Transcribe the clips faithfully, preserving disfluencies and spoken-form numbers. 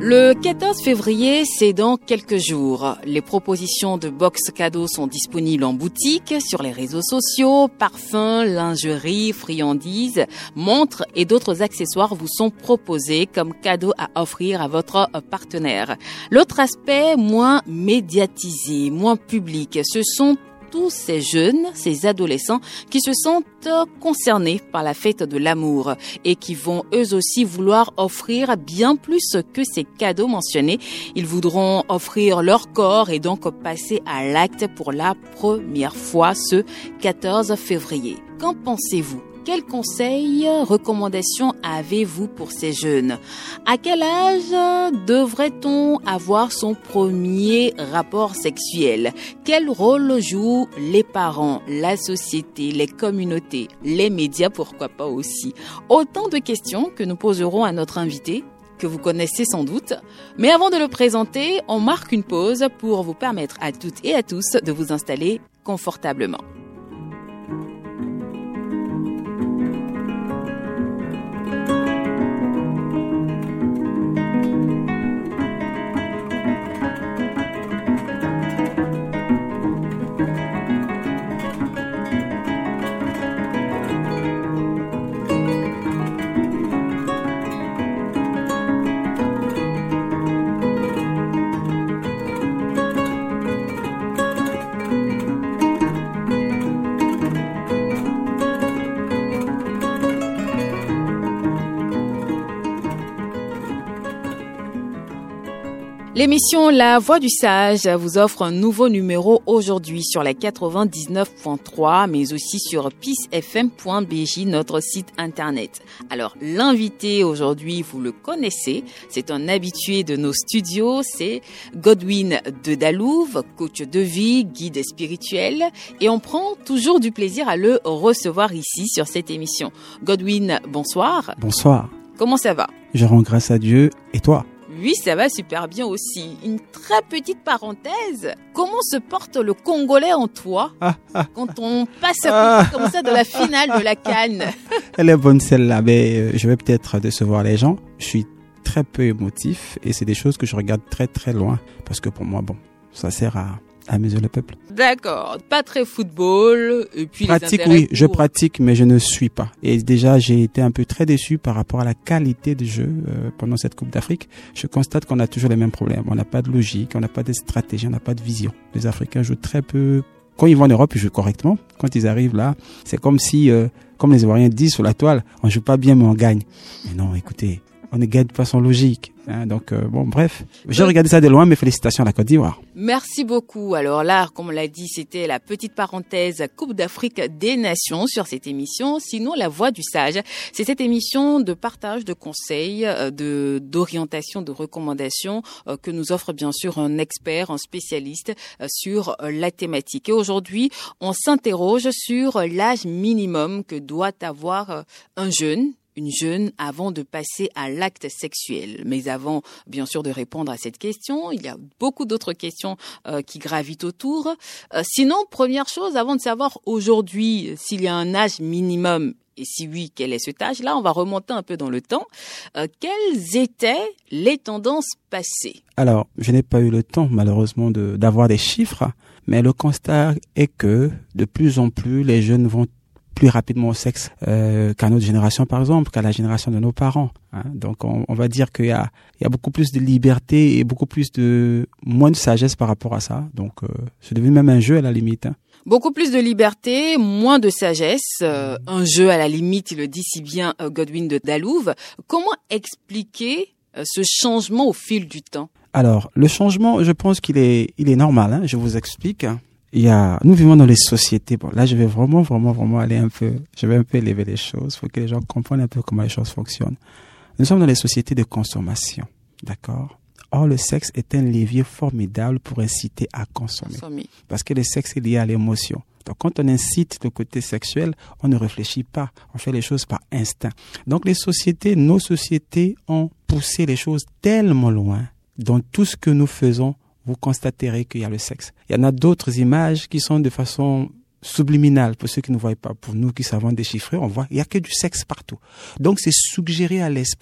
Le quatorze février, c'est dans quelques jours. Les propositions de box cadeaux sont disponibles en boutique, sur les réseaux sociaux. Parfums, lingerie, friandises, montres et d'autres accessoires vous sont proposés comme cadeaux à offrir à votre partenaire. L'autre aspect, moins médiatisé, moins public, ce sont tous ces jeunes, ces adolescents qui se sentent concernés par la fête de l'amour et qui vont eux aussi vouloir offrir bien plus que ces cadeaux mentionnés. Ils voudront offrir leur corps et donc passer à l'acte pour la première fois ce quatorze février. Qu'en pensez-vous ? Quels conseils, recommandations avez-vous pour ces jeunes ? À quel âge devrait-on avoir son premier rapport sexuel ? Quel rôle jouent les parents, la société, les communautés, les médias, pourquoi pas aussi ? Autant de questions que nous poserons à notre invité, que vous connaissez sans doute. Mais avant de le présenter, on marque une pause pour vous permettre à toutes et à tous de vous installer confortablement. L'émission La Voix du Sage vous offre un nouveau numéro aujourd'hui sur la quatre-vingt-dix-neuf point trois, mais aussi sur peace f m point b j, notre site internet. Alors, l'invité aujourd'hui, vous le connaissez, c'est un habitué de nos studios, c'est Godwin de Dalouve, coach de vie, guide spirituel, et on prend toujours du plaisir à le recevoir ici sur cette émission. Godwin, bonsoir. Bonsoir. Comment ça va ? Je rends grâce à Dieu. Et toi ? Oui, ça va super bien aussi. Une très petite parenthèse. Comment se porte le Congolais en toi ah, ah, quand on passe ah, comme ça de la finale de la CAN ? Elle est bonne celle-là, mais je vais peut-être décevoir les gens. Je suis très peu émotif et c'est des choses que je regarde très très loin parce que pour moi, bon, ça sert à amuser le peuple. D'accord, pas très football et puis pratique, les oui, pour... je pratique, mais je ne suis pas. Et déjà, j'ai été un peu très déçu par rapport à la qualité de jeu euh, pendant cette Coupe d'Afrique. Je constate qu'on a toujours les mêmes problèmes. On n'a pas de logique, on n'a pas de stratégie, on n'a pas de vision. Les Africains jouent très peu. Quand ils vont en Europe, ils jouent correctement. Quand ils arrivent là, c'est comme si, euh, comme les Ivoiriens disent sur la toile, on joue pas bien, mais on gagne. Mais non, écoutez, on ne gagne pas sans logique. Hein, donc, euh, bon, bref. J'ai regardé ça de loin, mais félicitations à la Côte d'Ivoire. Merci beaucoup. Alors là, comme on l'a dit, c'était la petite parenthèse Coupe d'Afrique des Nations sur cette émission. Sinon, La Voix du Sage, c'est cette émission de partage de conseils, de, d'orientation, de recommandations euh, que nous offre bien sûr un expert, un spécialiste euh, sur euh, la thématique. Et aujourd'hui, on s'interroge sur l'âge minimum que doit avoir euh, un jeune, une jeune avant de passer à l'acte sexuel. Mais avant, bien sûr, de répondre à cette question, il y a beaucoup d'autres questions euh, qui gravitent autour. Euh, sinon, première chose, avant de savoir aujourd'hui s'il y a un âge minimum, et si oui, quel est cet âge-là, on va remonter un peu dans le temps. Euh, quelles étaient les tendances passées ? Alors, je n'ai pas eu le temps, malheureusement, de, d'avoir des chiffres, mais le constat est que de plus en plus, les jeunes vont plus rapidement au sexe euh, qu'à notre génération, par exemple, qu'à la génération de nos parents. Hein. Donc, on, on va dire qu'il y a, il y a beaucoup plus de liberté et beaucoup plus de moins de sagesse par rapport à ça. Donc, euh, c'est devenu même un jeu à la limite. Hein. Beaucoup plus de liberté, moins de sagesse, euh, un jeu à la limite, il le dit si bien euh, Godwin de Dalouve. Comment expliquer euh, ce changement au fil du temps ? Alors, le changement, je pense qu'il est, il est normal. Hein. Je vous explique. Il y a, nous vivons dans les sociétés. Bon, là, je vais vraiment, vraiment, vraiment aller un peu, je vais un peu élever les choses. Il faut que les gens comprennent un peu comment les choses fonctionnent. Nous sommes dans les sociétés de consommation. D'accord? Or, le sexe est un levier formidable pour inciter à consommer. consommer. Parce que le sexe est lié à l'émotion. Donc, quand on incite le côté sexuel, on ne réfléchit pas. On fait les choses par instinct. Donc, les sociétés, nos sociétés ont poussé les choses tellement loin dans tout ce que nous faisons. Vous constaterez qu'il y a le sexe. Il y en a d'autres images qui sont de façon subliminale. Pour ceux qui ne voient pas, pour nous qui savons déchiffrer, on voit, il n'y a que du sexe partout. Donc, c'est suggéré à l'esprit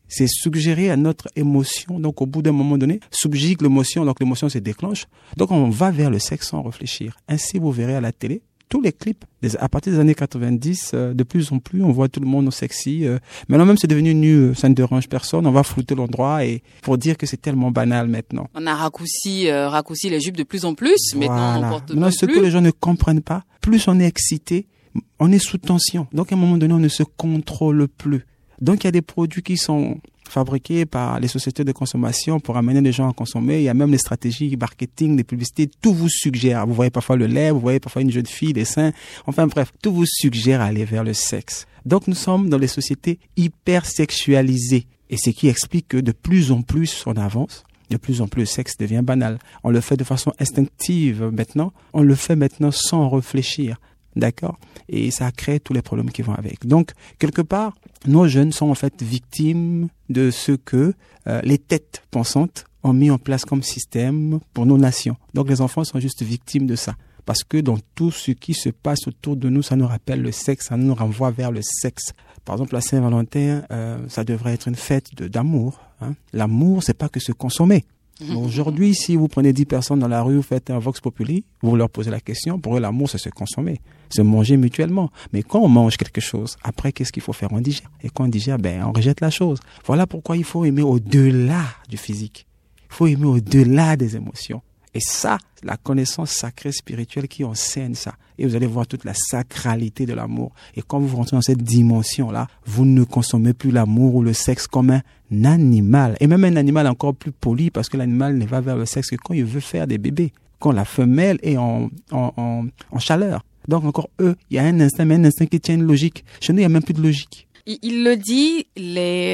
C'est suggérer à notre émotion. Donc, au bout d'un moment donné, subjugue l'émotion. Donc, l'émotion se déclenche. Donc, on va vers le sexe sans réfléchir. Ainsi, vous verrez à la télé, tous les clips, des, à partir des années quatre-vingt-dix, euh, de plus en plus, on voit tout le monde au sexy. Euh, maintenant même, c'est devenu nu, euh, ça ne dérange personne. On va flouter l'endroit et pour dire que c'est tellement banal maintenant. On a raccourci, euh, raccourci les jupes de plus en plus. Maintenant, voilà. on porte Maintenant, ce plus. que les gens ne comprennent pas, plus on est excité, on est sous tension. Donc, à un moment donné, on ne se contrôle plus. Donc, il y a des produits qui sont fabriqués par les sociétés de consommation pour amener les gens à consommer. Il y a même les stratégies marketing, les publicités, tout vous suggère. Vous voyez parfois le lait, vous voyez parfois une jeune fille, les seins. Enfin bref, tout vous suggère à aller vers le sexe. Donc, nous sommes dans les sociétés hyper sexualisées. Et ce qui explique que de plus en plus on avance. De plus en plus, le sexe devient banal. On le fait de façon instinctive maintenant. On le fait maintenant sans réfléchir. D'accord? Et ça crée tous les problèmes qui vont avec. Donc, quelque part, nos jeunes sont en fait victimes de ce que euh, les têtes pensantes ont mis en place comme système pour nos nations. Donc, les enfants sont juste victimes de ça. Parce que dans tout ce qui se passe autour de nous, ça nous rappelle le sexe, ça nous renvoie vers le sexe. Par exemple, la Saint-Valentin, euh, ça devrait être une fête de, d'amour. Hein. L'amour, c'est pas que se consommer. Aujourd'hui, si vous prenez dix personnes dans la rue, vous faites un vox populi, vous leur posez la question, pour eux, l'amour, c'est se consommer, se manger mutuellement. Mais quand on mange quelque chose, après, qu'est-ce qu'il faut faire? On digère. Et quand on digère, ben, on rejette la chose. Voilà pourquoi il faut aimer au-delà du physique. Il faut aimer au-delà des émotions. Et ça, la connaissance sacrée spirituelle qui enseigne ça. Et vous allez voir toute la sacralité de l'amour. Et quand vous rentrez dans cette dimension-là, vous ne consommez plus l'amour ou le sexe comme un animal. Et même un animal encore plus poli parce que l'animal ne va vers le sexe que quand il veut faire des bébés. Quand la femelle est en, en, en, en chaleur. Donc encore eux, il y a un instinct, mais un instinct qui tient une logique. Chez nous, il n'y a même plus de logique. Il le dit, les,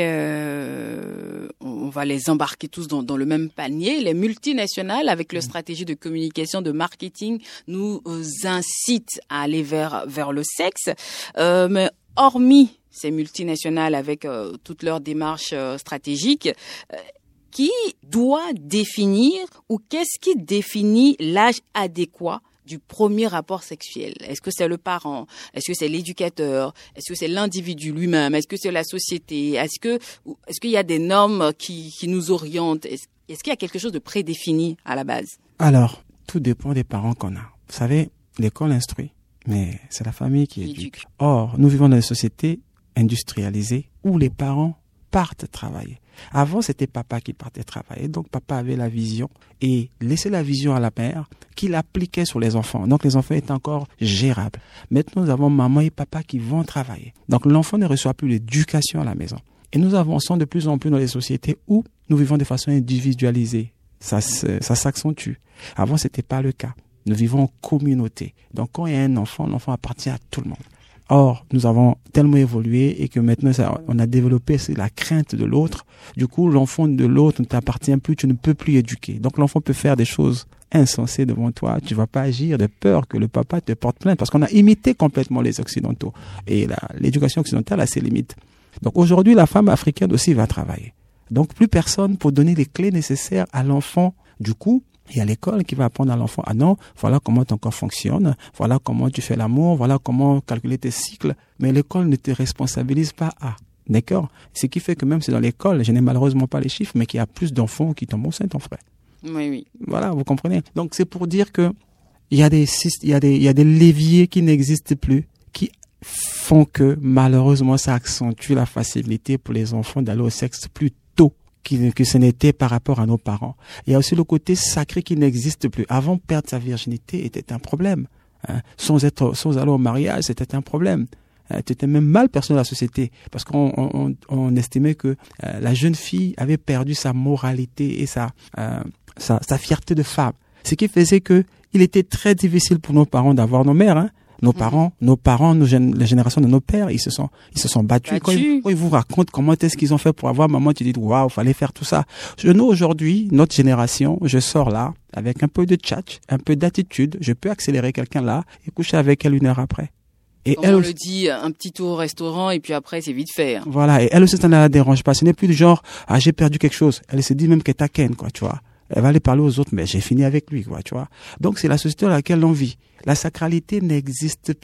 euh, on va les embarquer tous dans, dans le même panier. Les multinationales, avec leur stratégie de communication, de marketing, nous incitent à aller vers vers le sexe. Euh, mais hormis ces multinationales, avec euh, toute leur démarche euh, stratégique, euh, qui doit définir ou qu'est-ce qui définit l'âge adéquat du premier rapport sexuel? Est-ce que c'est le parent? Est-ce que c'est l'éducateur? Est-ce que c'est l'individu lui-même? Est-ce que c'est la société? Est-ce que, est-ce qu'il y a des normes qui, qui nous orientent? Est-ce, est-ce qu'il y a quelque chose de prédéfini à la base? Alors, tout dépend des parents qu'on a. Vous savez, l'école instruit, mais c'est la famille qui éduque. éduque. Or, nous vivons dans une société industrialisée où les parents partent travailler. Avant, c'était papa qui partait travailler. Donc, papa avait la vision et laissait la vision à la mère qui l'appliquait sur les enfants. Donc, les enfants étaient encore gérables. Maintenant, nous avons maman et papa qui vont travailler. Donc, l'enfant ne reçoit plus l'éducation à la maison. Et nous avançons de plus en plus dans les sociétés où nous vivons de façon individualisée. Ça, ça s'accentue. Avant, c'était pas le cas. Nous vivons en communauté. Donc, quand il y a un enfant, l'enfant appartient à tout le monde. Or, nous avons tellement évolué et que maintenant, ça, on a développé c'est la crainte de l'autre. Du coup, l'enfant de l'autre ne t'appartient plus, tu ne peux plus éduquer. Donc, l'enfant peut faire des choses insensées devant toi. Tu vas pas agir de peur que le papa te porte plainte parce qu'on a imité complètement les Occidentaux. Et la, l'éducation occidentale a ses limites. Donc, aujourd'hui, la femme africaine aussi va travailler. Donc, plus personne pour donner les clés nécessaires à l'enfant. Du coup, il y a l'école qui va apprendre à l'enfant, ah non, voilà comment ton corps fonctionne, voilà comment tu fais l'amour, voilà comment calculer tes cycles. Mais l'école ne te responsabilise pas à. D'accord? Ce qui fait que même si dans l'école, je n'ai malheureusement pas les chiffres, mais qu'il y a plus d'enfants qui tombent enceintes, en frère. Oui, oui. Voilà, vous comprenez? Donc c'est pour dire que il y a des, il y a des, il y a des leviers qui n'existent plus, qui font que malheureusement ça accentue la facilité pour les enfants d'aller au sexe plus tôt que ce n'était par rapport à nos parents. Il y a aussi le côté sacré qui n'existe plus. Avant, perdre sa virginité était un problème. Hein. Sans être, sans aller au mariage, c'était un problème. Euh, tu étais même mal perçu dans la société parce qu'on on, on estimait que euh, la jeune fille avait perdu sa moralité et sa, euh, sa, sa fierté de femme. Ce qui faisait que il était très difficile pour nos parents d'avoir nos mères. Hein. Nos parents, mmh. nos parents, nos gén- la génération de nos pères, ils se sont, ils se sont battus. Battu. Quand, ils, quand ils vous racontent comment est-ce qu'ils ont fait pour avoir maman, tu dis waouh, fallait faire tout ça. Je, nous aujourd'hui, notre génération, je sors là avec un peu de tchatch, un peu d'attitude, je peux accélérer quelqu'un là et coucher avec elle une heure après. Et Comme elle on aussi, le dit, un petit tour au restaurant et puis après c'est vite fait. Hein. Voilà, et elle aussi ça ne la dérange pas. Ce n'est plus du genre ah j'ai perdu quelque chose. Elle se dit même qu'elle taquine quoi, tu vois. Elle va aller parler aux autres, mais j'ai fini avec lui, quoi, tu vois. Donc, c'est la société dans laquelle on vit. La sacralité n'existe plus.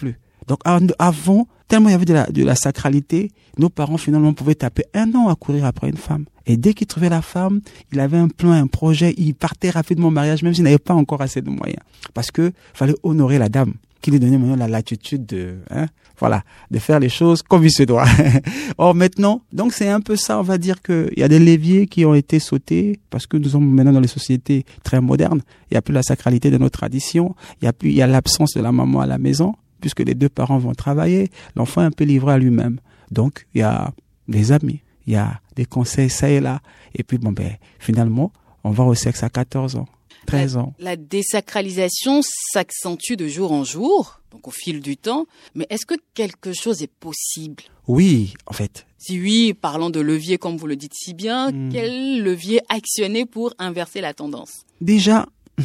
Donc avant, tellement il y avait de la, de la sacralité, nos parents finalement pouvaient taper un an à courir après une femme. Et dès qu'ils trouvaient la femme, il avait un plan, un projet, il partait rapidement au mariage, même s'il n'avait pas encore assez de moyens. Parce que fallait honorer la dame, qui lui donnait maintenant la latitude de, hein, voilà, de faire les choses comme il se doit. Or maintenant, donc c'est un peu ça, on va dire que il y a des leviers qui ont été sautés parce que nous sommes maintenant dans les sociétés très modernes. Il y a plus la sacralité de nos traditions, il y a plus, il y a l'absence de la maman à la maison, puisque les deux parents vont travailler, l'enfant est un peu livré à lui-même. Donc il y a des amis, il y a des conseils ça et là, et puis bon ben finalement on va au sexe à quatorze ans. treize ans. La, la désacralisation s'accentue de jour en jour, donc au fil du temps. Mais est-ce que quelque chose est possible? Oui, en fait. Si oui, parlons de levier comme vous le dites si bien, mmh. quel levier actionner pour inverser la tendance? Déjà,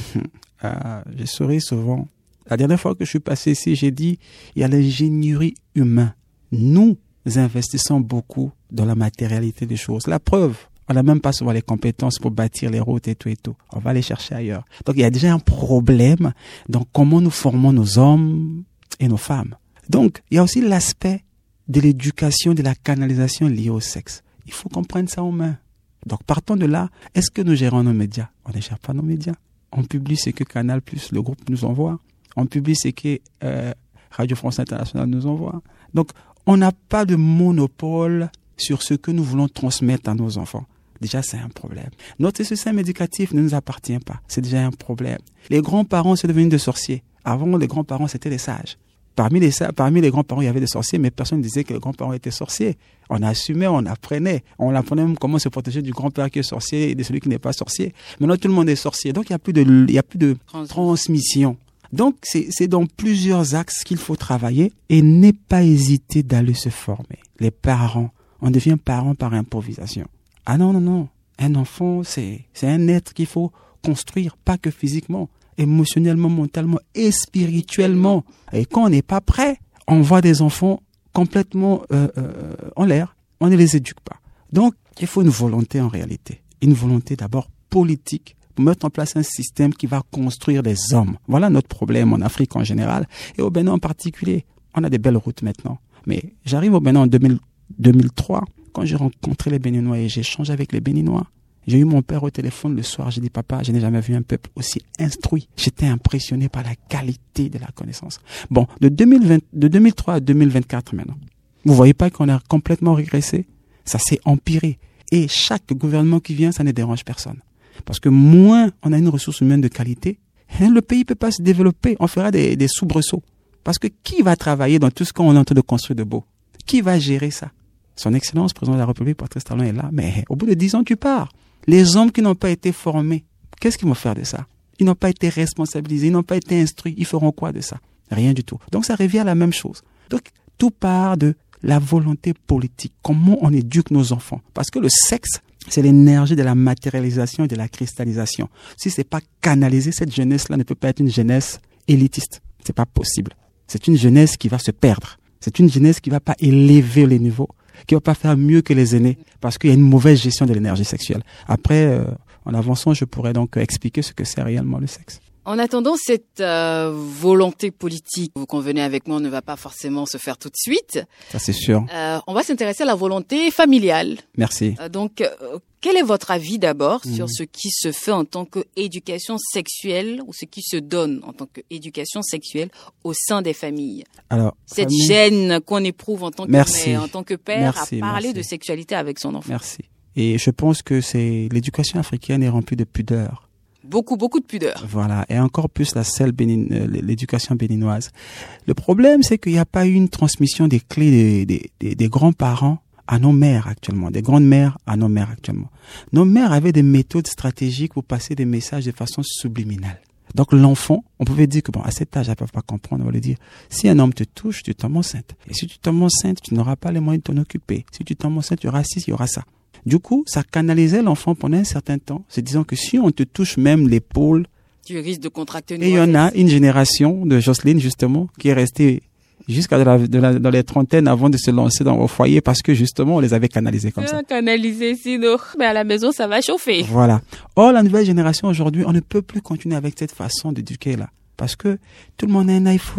euh, je souris souvent. La dernière fois que je suis passé ici, j'ai dit, il y a l'ingénierie humaine. Nous investissons beaucoup dans la matérialité des choses. La preuve, on n'a même pas souvent les compétences pour bâtir les routes et tout et tout. On va les chercher ailleurs. Donc, il y a déjà un problème dans comment nous formons nos hommes et nos femmes. Donc, il y a aussi l'aspect de l'éducation, de la canalisation liée au sexe. Il faut qu'on prenne ça en main. Donc, partons de là. Est-ce que nous gérons nos médias? On ne gère pas nos médias. On publie ce que Canal+, le groupe, nous envoie. On publie ce que euh, Radio France Internationale nous envoie. Donc, on n'a pas de monopole sur ce que nous voulons transmettre à nos enfants. Déjà, c'est un problème. Notre système éducatif ne nous appartient pas. C'est déjà un problème. Les grands-parents sont devenus des sorciers. Avant, les grands-parents, c'était des sages. Parmi les, parmi les grands-parents, il y avait des sorciers, mais personne ne disait que les grands-parents étaient sorciers. On assumait, on apprenait. On apprenait même comment se protéger du grand-père qui est sorcier et de celui qui n'est pas sorcier. Maintenant, tout le monde est sorcier. Donc, il n'y a plus de, il y a plus de transmission. Donc, c'est, c'est dans plusieurs axes qu'il faut travailler et ne pas hésiter d'aller se former. Les parents, on devient parents par improvisation. Ah non, non, non. Un enfant, c'est, c'est un être qu'il faut construire, pas que physiquement, émotionnellement, mentalement et spirituellement. Et quand on n'est pas prêt, on voit des enfants complètement euh, euh, en l'air. On ne les éduque pas. Donc, il faut une volonté en réalité. Une volonté d'abord politique pour mettre en place un système qui va construire des hommes. Voilà notre problème en Afrique en général et au Bénin en particulier. On a des belles routes maintenant. Mais j'arrive au Bénin en deux mille, deux mille trois. Quand j'ai rencontré les Béninois et j'ai échangé avec les Béninois, j'ai eu mon père au téléphone le soir. J'ai dit, papa, je n'ai jamais vu un peuple aussi instruit. J'étais impressionné par la qualité de la connaissance. Bon, de, deux mille vingt, de deux mille trois à deux mille vingt-quatre maintenant, vous voyez pas qu'on a complètement régressé? Ça s'est empiré. Et chaque gouvernement qui vient, ça ne dérange personne. Parce que moins on a une ressource humaine de qualité, le pays ne peut pas se développer. On fera des, des soubresauts. Parce que qui va travailler dans tout ce qu'on est en train de construire de beau? Qui va gérer ça? Son Excellence, président de la République, Patrice Talon est là, mais au bout de dix ans, tu pars. Les hommes qui n'ont pas été formés, qu'est-ce qu'ils vont faire de ça? Ils n'ont pas été responsabilisés, ils n'ont pas été instruits. Ils feront quoi de ça? Rien du tout. Donc, ça revient à la même chose. Donc, tout part de la volonté politique. Comment on éduque nos enfants? Parce que le sexe, c'est l'énergie de la matérialisation et de la cristallisation. Si c'est pas canalisé, cette jeunesse-là ne peut pas être une jeunesse élitiste. C'est pas possible. C'est une jeunesse qui va se perdre. C'est une jeunesse qui va pas élever les niveaux, qui va pas faire mieux que les aînés, parce qu'il y a une mauvaise gestion de l'énergie sexuelle. Après, euh, en avançant, je pourrais donc expliquer ce que c'est réellement le sexe. En attendant, cette euh, volonté politique, vous convenez avec moi, ne va pas forcément se faire tout de suite. Ça, c'est sûr. Euh, on va s'intéresser à la volonté familiale. Merci. Euh, donc, euh, quel est votre avis d'abord mmh. sur ce qui se fait en tant qu'éducation sexuelle ou ce qui se donne en tant qu'éducation sexuelle au sein des familles? Alors, cette famille... gêne qu'on éprouve en tant que mère, en tant que père, merci, à parler merci. de sexualité avec son enfant. Merci. Et je pense que c'est l'éducation africaine est remplie de pudeur. Beaucoup, beaucoup de pudeur. Voilà, et encore plus la celle bénin, l'éducation béninoise. Le problème, c'est qu'il n'y a pas eu une transmission des clés des, des, des, des grands-parents à nos mères actuellement, des grandes-mères à nos mères actuellement. Nos mères avaient des méthodes stratégiques pour passer des messages de façon subliminale. Donc l'enfant, on pouvait dire que bon, à cet âge, elle ne peut pas comprendre, on va lui dire, si un homme te touche, tu tombes enceinte. Et si tu tombes enceinte, tu n'auras pas les moyens de t'en occuper. Si tu tombes enceinte, il y aura ci, il y aura ça. Du coup, ça canalisait l'enfant pendant un certain temps, se disant que si on te touche même l'épaule, tu risques de contracter une Et il y en a une génération de Jocelyne, justement, qui est restée jusqu'à de la, de la, dans les trentaines avant de se lancer dans au foyer parce que, justement, on les avait canalisés comme ça. Canalisés, sinon, mais à la maison, ça va chauffer. Voilà. Or, la nouvelle génération aujourd'hui, on ne peut plus continuer avec cette façon d'éduquer là. Parce que tout le monde a un iPhone.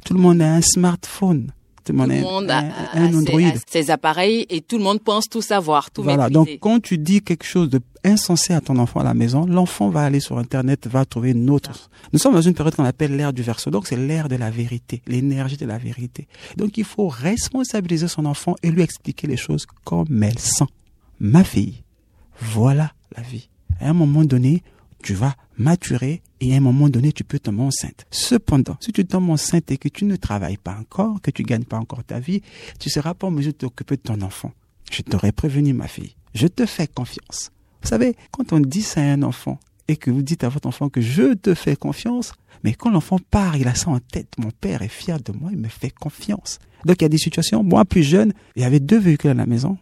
Tout le monde a un smartphone. Tout le monde, tout le a, monde un, a, un, un Android. Ses, ses appareils et tout le monde pense tout savoir, tout voilà. maîtriser. Donc, quand tu dis quelque chose de insensé à ton enfant à la maison, l'enfant va aller sur Internet, va trouver une autre. Ah. Nous sommes dans une période qu'on appelle l'ère du verseau. Donc, c'est l'ère de la vérité, l'énergie de la vérité. Donc, il faut responsabiliser son enfant et lui expliquer les choses comme elles sont. Ma fille, voilà la vie. À un moment donné, tu vas maturer et à un moment donné, tu peux tomber enceinte. Cependant, si tu tombes enceinte et que tu ne travailles pas encore, que tu gagnes pas encore ta vie, tu ne seras pas en mesure de t'occuper de ton enfant. Je t'aurais prévenu, ma fille. Je te fais confiance. Vous savez, quand on dit ça à un enfant et que vous dites à votre enfant que je te fais confiance, mais quand l'enfant part, il a ça en tête. Mon père est fier de moi, il me fait confiance. Donc, il y a des situations. Moi, plus jeune, il y avait deux véhicules à la maison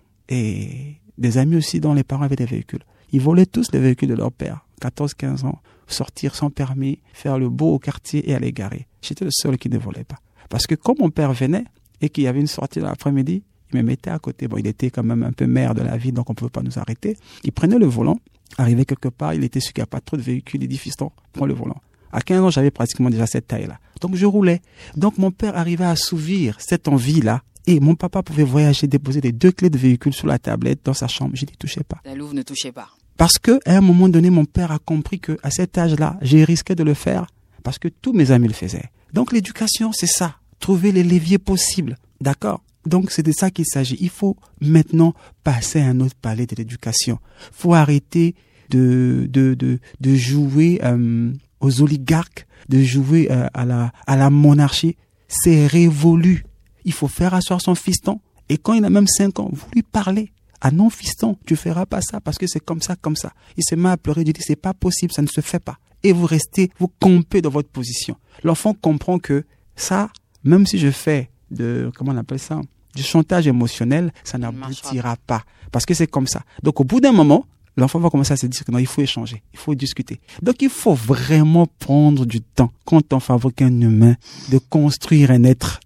et des amis aussi dont les parents avaient des véhicules. Ils volaient tous les véhicules de leur père. quatorze quinze ans, sortir sans permis, faire le beau au quartier et aller garer. J'étais le seul qui ne volait pas. Parce que quand mon père venait et qu'il y avait une sortie l'après-midi, il me mettait à côté. Bon, il était quand même un peu maire de la ville, donc on ne pouvait pas nous arrêter. Il prenait le volant, arrivait quelque part, il était sûr qu'il n'y a pas trop de véhicules, il dit, fiston, prends le volant. À quinze ans, j'avais pratiquement déjà cette taille-là. Donc je roulais. Donc mon père arrivait à assouvir cette envie-là. Et mon papa pouvait voyager, déposer les deux clés de véhicule sur la tablette dans sa chambre. Je n'y touchais pas. La louve ne touchait pas. Parce que à un moment donné, mon père a compris que à cet âge-là, j'ai risqué de le faire parce que tous mes amis le faisaient. Donc l'éducation, c'est ça. Trouver les leviers possibles. D'accord? Donc c'est de ça qu'il s'agit. Il faut maintenant passer à un autre palier de l'éducation. Il faut arrêter de, de, de, de jouer euh, aux oligarques, de jouer euh, à, la, à la monarchie. C'est révolu. Il faut faire asseoir son fiston. Et quand il a même cinq ans, vous lui parlez. Ah non, fiston, tu feras pas ça parce que c'est comme ça, comme ça. Il se met à pleurer, il dit c'est pas possible, ça ne se fait pas. Et vous restez, vous campez dans votre position. L'enfant comprend que ça, même si je fais de, comment on appelle ça, du chantage émotionnel, ça n'aboutira pas. Parce que c'est comme ça. Donc au bout d'un moment, l'enfant va commencer à se dire que non, il faut échanger, il faut discuter. Donc il faut vraiment prendre du temps, quand on fabrique un humain, de construire un être.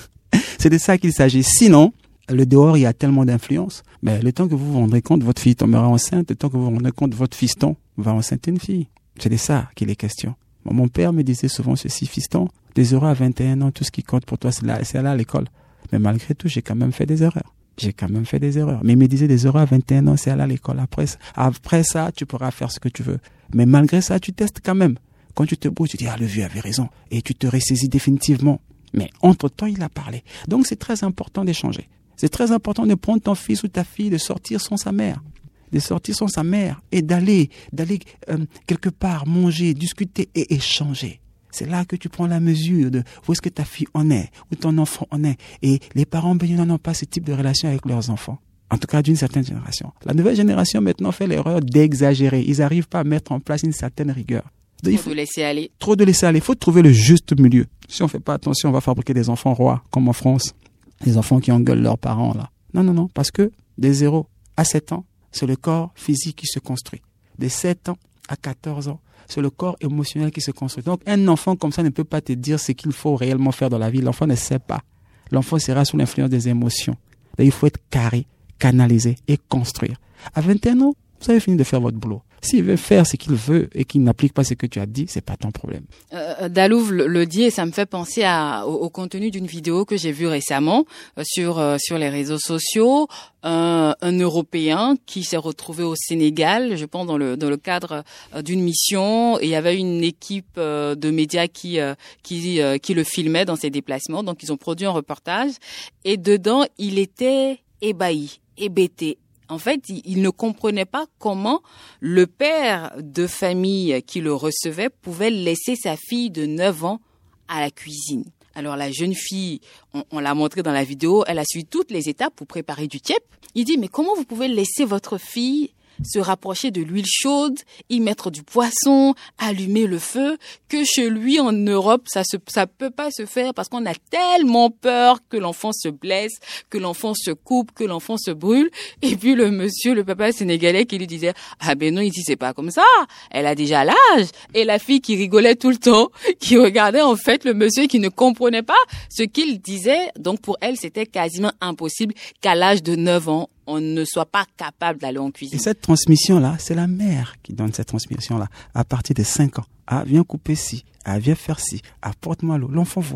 C'est de ça qu'il s'agit. Sinon, le dehors, il y a tellement d'influence. Mais le temps que vous vous rendrez compte, votre fille tombera enceinte. Le temps que vous vous rendrez compte, votre fiston va enceinter une fille. C'est de ça qu'il est question. Bon, mon père me disait souvent ceci, fiston, des erreurs à vingt et un ans, tout ce qui compte pour toi, c'est là, c'est là à l'école. Mais malgré tout, j'ai quand même fait des erreurs. J'ai quand même fait des erreurs. Mais il me disait des erreurs à vingt et un ans, c'est aller à l'école. Après, après ça, tu pourras faire ce que tu veux. Mais malgré ça, tu testes quand même. Quand tu te bouges, tu dis, ah, le vieux avait raison. Et tu te ressaisis définitivement. Mais entre-temps, il a parlé. Donc, c'est très important d'échanger. C'est très important de prendre ton fils ou ta fille, de sortir sans sa mère. De sortir sans sa mère et d'aller, d'aller euh, quelque part manger, discuter et échanger. C'est là que tu prends la mesure de où est-ce que ta fille en est, où ton enfant en est. Et les parents, ben, ils n'ont pas ce type de relation avec leurs enfants. En tout cas, d'une certaine génération. La nouvelle génération, maintenant, fait l'erreur d'exagérer. Ils n'arrivent pas à mettre en place une certaine rigueur. Donc, trop faut, de laisser aller. Trop de laisser aller. Il faut trouver le juste milieu. Si on ne fait pas attention, on va fabriquer des enfants rois, comme en France. Des enfants qui engueulent leurs parents, là. Non, non, non. Parce que des zéro à sept ans, c'est le corps physique qui se construit. De sept ans à quatorze ans, c'est le corps émotionnel qui se construit. Donc, un enfant comme ça ne peut pas te dire ce qu'il faut réellement faire dans la vie. L'enfant ne sait pas. L'enfant sera sous l'influence des émotions. Donc, il faut être carré, canaliser et construire. À vingt et un ans, vous avez fini de faire votre boulot. S'il veut faire ce qu'il veut et qu'il n'applique pas ce que tu as dit, c'est pas ton problème. Euh, Dalouv le, le dit et ça me fait penser à, au, au contenu d'une vidéo que j'ai vue récemment euh, sur euh, sur les réseaux sociaux. Un, un Européen qui s'est retrouvé au Sénégal, je pense dans le dans le cadre euh, d'une mission. Et il y avait une équipe euh, de médias qui euh, qui euh, qui le filmait dans ses déplacements. Donc ils ont produit un reportage et dedans il était ébahi, hébété. En fait, il ne comprenait pas comment le père de famille qui le recevait pouvait laisser sa fille de neuf ans à la cuisine. Alors la jeune fille, on, on l'a montré dans la vidéo, elle a suivi toutes les étapes pour préparer du tiep. Il dit, mais comment vous pouvez laisser votre fille se rapprocher de l'huile chaude, y mettre du poisson, allumer le feu, que chez lui en Europe, ça se, ça peut pas se faire parce qu'on a tellement peur que l'enfant se blesse, que l'enfant se coupe, que l'enfant se brûle. Et puis le monsieur, le papa sénégalais qui lui disait, ah ben non, ici c'est pas comme ça, elle a déjà l'âge. Et la fille qui rigolait tout le temps, qui regardait en fait le monsieur qui ne comprenait pas ce qu'il disait. Donc pour elle, c'était quasiment impossible qu'à l'âge de neuf ans, on ne soit pas capable d'aller en cuisine. Et cette transmission-là, c'est la mère qui donne cette transmission-là. À partir de cinq ans, ah, viens couper ci, ah, viens faire ci, apporte-moi l'eau. L'enfant voit.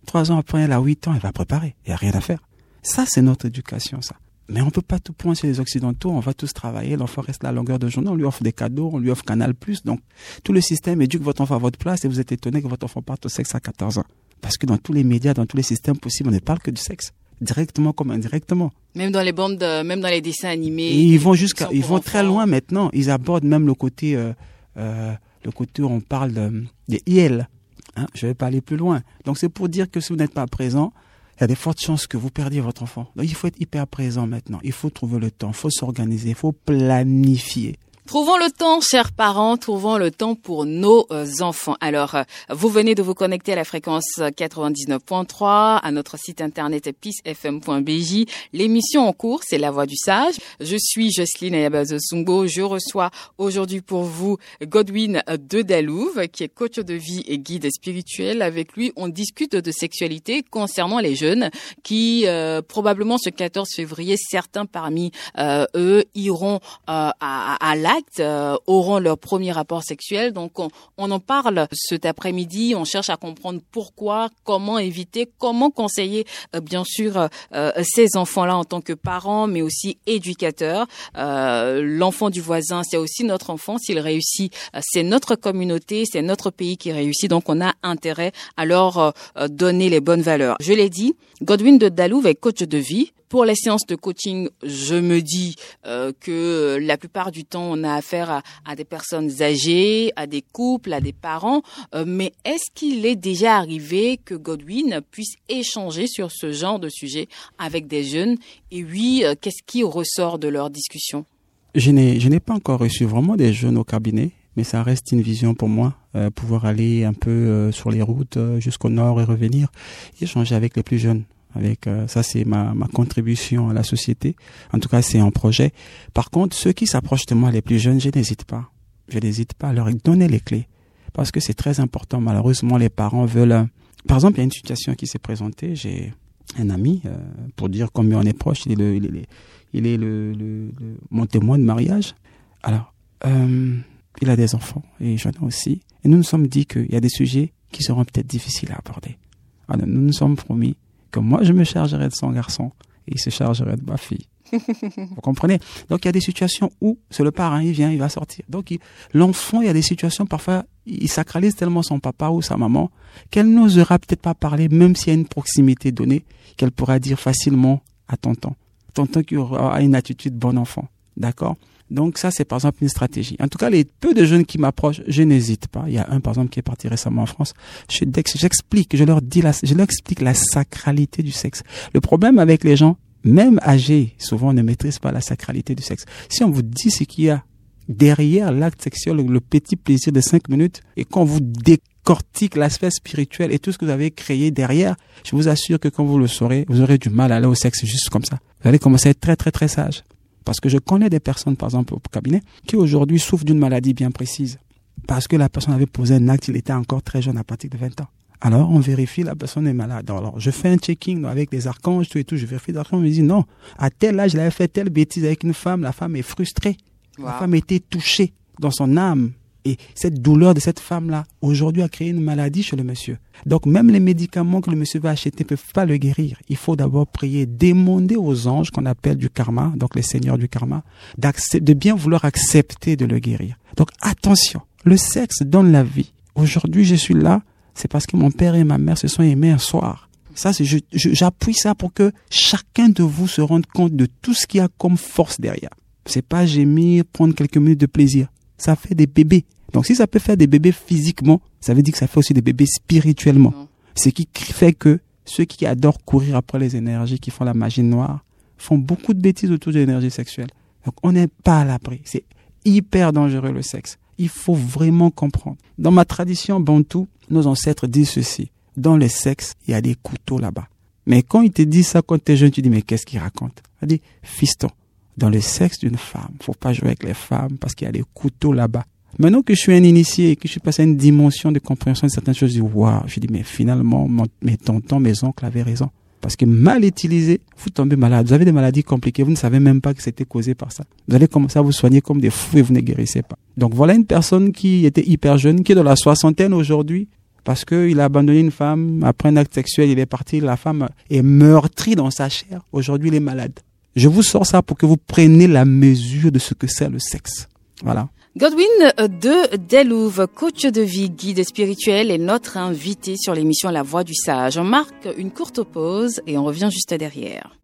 Trois ans après, elle a huit ans, elle va préparer. Il n'y a rien à faire. Ça, c'est notre éducation, ça. Mais on ne peut pas tout prendre chez les Occidentaux. On va tous travailler. L'enfant reste là à longueur de journée. On lui offre des cadeaux. On lui offre Canal plus. Donc, tout le système éduque votre enfant à votre place et vous êtes étonné que votre enfant parte au sexe à quatorze ans. Parce que dans tous les médias, dans tous les systèmes possibles, on ne parle que du sexe. Directement comme indirectement. Même dans les bandes, de, même dans les dessins animés. Et ils vont jusqu'à, ils vont enfants. très loin maintenant. Ils abordent même le côté, euh, euh, le côté où on parle de, des I L. Hein, je vais pas aller plus loin. Donc, c'est pour dire que si vous n'êtes pas présent, il y a des fortes chances que vous perdiez votre enfant. Donc, il faut être hyper présent maintenant. Il faut trouver le temps, il faut s'organiser, il faut planifier. Trouvons le temps, chers parents, trouvons le temps pour nos euh, enfants. Alors, euh, vous venez de vous connecter à la fréquence quatre-vingt-dix-neuf point trois, à notre site internet peace f m point b j. L'émission en cours, c'est La Voix du Sage. Je suis Jocelyne Ayabazo-Sungbo. Je reçois aujourd'hui pour vous Godwin de Dalouve, qui est coach de vie et guide spirituel. Avec lui, on discute de sexualité concernant les jeunes qui, euh, probablement ce quatorze février, certains parmi euh, eux iront euh, à, à la Actes, euh, auront leur premier rapport sexuel. Donc, on, on en parle cet après-midi. On cherche à comprendre pourquoi, comment éviter, comment conseiller, euh, bien sûr, euh, ces enfants-là en tant que parents, mais aussi éducateurs. Euh, l'enfant du voisin, c'est aussi notre enfant. S'il réussit, euh, c'est notre communauté, c'est notre pays qui réussit. Donc, on a intérêt à leur euh, donner les bonnes valeurs. Je l'ai dit, Godwin de Dalouve est coach de vie. Pour les séances de coaching, je me dis euh, que la plupart du temps, on a affaire à, à des personnes âgées, à des couples, à des parents. Euh, mais est-ce qu'il est déjà arrivé que Godwin puisse échanger sur ce genre de sujet avec des jeunes? Et oui, euh, qu'est-ce qui ressort de leur discussion? Je n'ai, je n'ai pas encore reçu vraiment des jeunes au cabinet, mais ça reste une vision pour moi, euh, pouvoir aller un peu euh, sur les routes euh, jusqu'au nord et revenir, et échanger avec les plus jeunes. Avec euh, ça, c'est ma, ma contribution à la société. En tout cas, c'est un projet. Par contre, ceux qui s'approchent de moi, les plus jeunes, je n'hésite pas. Je n'hésite pas à leur donner les clés. Parce que c'est très important. Malheureusement, les parents veulent... Euh... Par exemple, il y a une situation qui s'est présentée. J'ai un ami, euh, pour dire combien on est proche. Il est, le, il est, il est le, le, le, mon témoin de mariage. Alors, euh, il a des enfants et j'en ai aussi. Et nous nous sommes dit qu'il y a des sujets qui seront peut-être difficiles à aborder. Alors, nous nous sommes promis que moi, je me chargerai de son garçon et il se chargerait de ma fille. Vous comprenez? Donc, il y a des situations où c'est le parent, il vient, il va sortir. Donc, il, l'enfant, il y a des situations, parfois, il sacralise tellement son papa ou sa maman qu'elle n'osera peut-être pas parler, même s'il y a une proximité donnée, qu'elle pourra dire facilement à tonton. Tonton qui aura une attitude bon enfant. D'accord? Donc, ça, c'est par exemple une stratégie. En tout cas, les peu de jeunes qui m'approchent, je n'hésite pas. Il y a un, par exemple, qui est parti récemment en France. Je, j'explique, je leur dis, la, je leur explique la sacralité du sexe. Le problème avec les gens, même âgés, souvent, on ne maîtrise pas la sacralité du sexe. Si on vous dit ce qu'il y a derrière l'acte sexuel, le petit plaisir de cinq minutes, et qu'on vous décortique l'aspect spirituel et tout ce que vous avez créé derrière, je vous assure que quand vous le saurez, vous aurez du mal à aller au sexe juste comme ça. Vous allez commencer à être très, très, très sage. Parce que je connais des personnes, par exemple, au cabinet, qui aujourd'hui souffrent d'une maladie bien précise. Parce que la personne avait posé un acte, il était encore très jeune, à partir de vingt ans. Alors, on vérifie, la personne est malade. Alors, je fais un checking avec les archanges, tout et tout, je vérifie les archanges, on me dit non, à tel âge, il avait fait telle bêtise avec une femme, la femme est frustrée. Wow. La femme était touchée dans son âme. Et cette douleur de cette femme-là, aujourd'hui, a créé une maladie chez le monsieur. Donc, même les médicaments que le monsieur va acheter ne peuvent pas le guérir. Il faut d'abord prier, demander aux anges qu'on appelle du karma, donc les seigneurs du karma, de bien vouloir accepter de le guérir. Donc, attention, le sexe donne la vie. Aujourd'hui, je suis là, c'est parce que mon père et ma mère se sont aimés un soir. Ça, c'est, je, je, j'appuie ça pour que chacun de vous se rende compte de tout ce qu'il y a comme force derrière. C'est pas gémir, prendre quelques minutes de plaisir. Ça fait des bébés. Donc, si ça peut faire des bébés physiquement, ça veut dire que ça fait aussi des bébés spirituellement. Mmh. Ce qui fait que ceux qui adorent courir après les énergies, qui font la magie noire, font beaucoup de bêtises autour de l'énergie sexuelle. Donc, on n'est pas à l'abri. C'est hyper dangereux, le sexe. Il faut vraiment comprendre. Dans ma tradition bantou, nos ancêtres disent ceci. Dans le sexe, il y a des couteaux là-bas. Mais quand ils te disent ça, quand tu es jeune, tu dis, mais qu'est-ce qu'ils racontent? Il dit, fiston, dans le sexe d'une femme, faut pas jouer avec les femmes parce qu'il y a des couteaux là-bas. Maintenant que je suis un initié et que je suis passé à une dimension de compréhension de certaines choses, je dis, waouh, je dis, mais finalement, mon, mes tontons, mes oncles avaient raison. Parce que mal utilisé, vous tombez malade. Vous avez des maladies compliquées, vous ne savez même pas que c'était causé par ça. Vous allez commencer à vous soigner comme des fous et vous ne guérissez pas. Donc voilà une personne qui était hyper jeune, qui est dans la soixantaine aujourd'hui. parce que il a abandonné une femme après un acte sexuel, il est parti, la femme est meurtrie dans sa chair. Aujourd'hui, il est malade. Je vous sors ça pour que vous preniez la mesure de ce que c'est le sexe. Voilà. Godwin de Delouve, coach de vie, guide spirituel, est notre invité sur l'émission La Voix du Sage. On marque une courte pause et on revient juste derrière.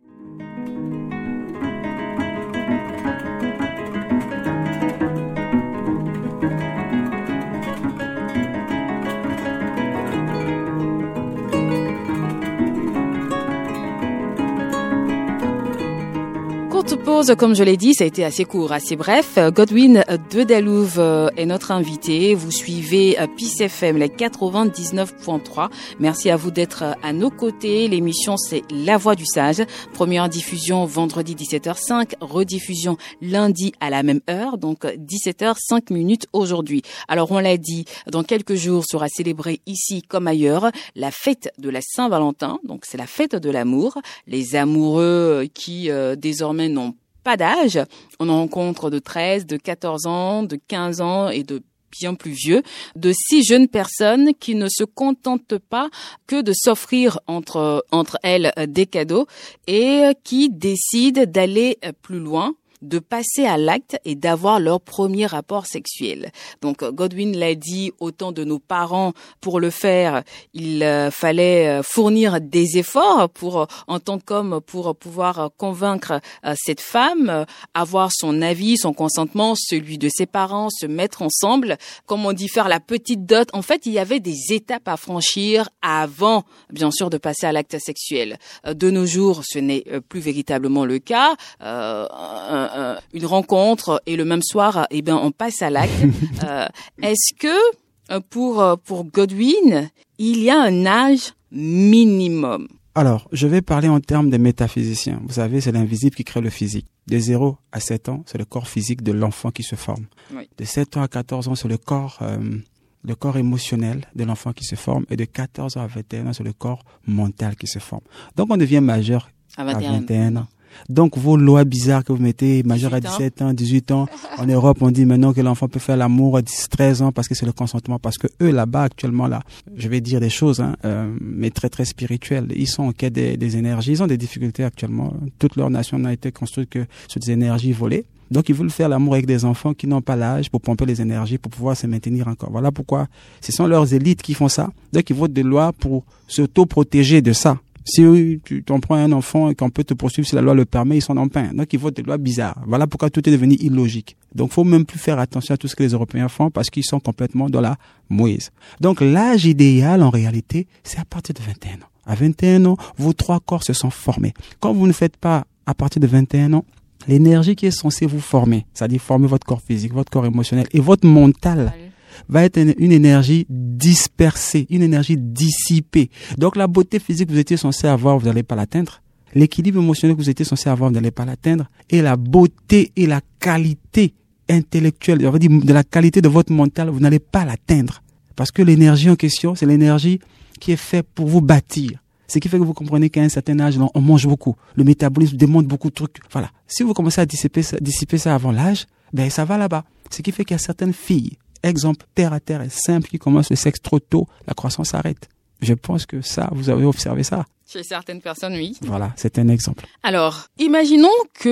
Pause, comme je l'ai dit, ça a été assez court, assez bref. Godwin de Delouve est notre invité. Vous suivez Peace F M, les quatre-vingt-dix-neuf virgule trois. Merci à vous d'être à nos côtés. L'émission, c'est La Voix du Sage. Première diffusion vendredi dix-sept heures cinq, rediffusion lundi à la même heure, donc dix-sept heures cinq minutes aujourd'hui. Alors, on l'a dit, dans quelques jours sera célébrée ici comme ailleurs la fête de la Saint-Valentin. Donc, c'est la fête de l'amour. Les amoureux qui, euh, désormais, n'ont pas d'âge. On en rencontre de treize, de quatorze ans, de quinze ans et de bien plus vieux, de six jeunes personnes qui ne se contentent pas que de s'offrir entre, entre elles des cadeaux et qui décident d'aller plus loin, de passer à l'acte et d'avoir leur premier rapport sexuel. Donc Godwin l'a dit, autant de nos parents pour le faire, il euh, fallait euh, fournir des efforts pour, en tant qu'homme, pour pouvoir convaincre euh, cette femme, euh, avoir son avis, son consentement, celui de ses parents, se mettre ensemble, comme on dit, faire la petite dot. En fait, il y avait des étapes à franchir avant, bien sûr, de passer à l'acte sexuel. Euh, de nos jours, ce n'est plus véritablement le cas. Euh, un, Euh, une rencontre et le même soir, eh ben, on passe à l'acte. euh, est-ce que euh, pour pour Godwin, il y a un âge minimum? Alors, je vais parler en termes des métaphysiciens. Vous savez, c'est l'invisible qui crée le physique. De zéro à sept ans, c'est le corps physique de l'enfant qui se forme. Oui. De sept ans à quatorze ans, c'est le corps euh, le corps émotionnel de l'enfant qui se forme. Et de quatorze ans à vingt et un ans, c'est le corps mental qui se forme. Donc, on devient majeur à vingt et un, à vingt et un ans. Donc, vos lois bizarres que vous mettez, majeur à dix-sept ans, dix-huit ans, en Europe, on dit maintenant que l'enfant peut faire l'amour à dix, treize ans parce que c'est le consentement. Parce que eux, là-bas, actuellement, là, je vais dire des choses, hein, euh, mais très, très spirituelles. Ils sont en quête des, des énergies. Ils ont des difficultés actuellement. Toute leur nation n'a été construite que sur des énergies volées. Donc, ils veulent faire l'amour avec des enfants qui n'ont pas l'âge pour pomper les énergies, pour pouvoir se maintenir encore. Voilà pourquoi ce sont leurs élites qui font ça. Donc, ils votent des lois pour s'auto-protéger de ça. Si tu t'en prends un enfant et qu'on peut te poursuivre si la loi le permet, ils sont en pain. Donc, ils votent des lois bizarres. Voilà pourquoi tout est devenu illogique. Donc, faut même plus faire attention à tout ce que les Européens font parce qu'ils sont complètement dans la mouise. Donc, l'âge idéal, en réalité, c'est à partir de vingt et un ans. À vingt et un ans, vos trois corps se sont formés. Quand vous ne faites pas à partir de vingt et un ans, l'énergie qui est censée vous former, c'est-à-dire former votre corps physique, votre corps émotionnel et votre mental, va être une énergie dispersée, une énergie dissipée. Donc la beauté physique que vous étiez censé avoir, vous n'allez pas l'atteindre. L'équilibre émotionnel que vous étiez censé avoir, vous n'allez pas l'atteindre. Et la beauté et la qualité intellectuelle, on va dire de la qualité de votre mental, vous n'allez pas l'atteindre. Parce que l'énergie en question, c'est l'énergie qui est faite pour vous bâtir. Ce qui fait que vous comprenez qu'à un certain âge, on mange beaucoup. Le métabolisme demande beaucoup de trucs. Voilà. Si vous commencez à dissiper ça, dissiper ça avant l'âge, ben ça va là-bas. Ce qui fait qu'il y a certaines filles, exemple terre à terre et simple, qui commencent le sexe trop tôt, la croissance s'arrête. Je pense que ça, vous avez observé ça. Chez certaines personnes, oui. Voilà, c'est un exemple. Alors, imaginons que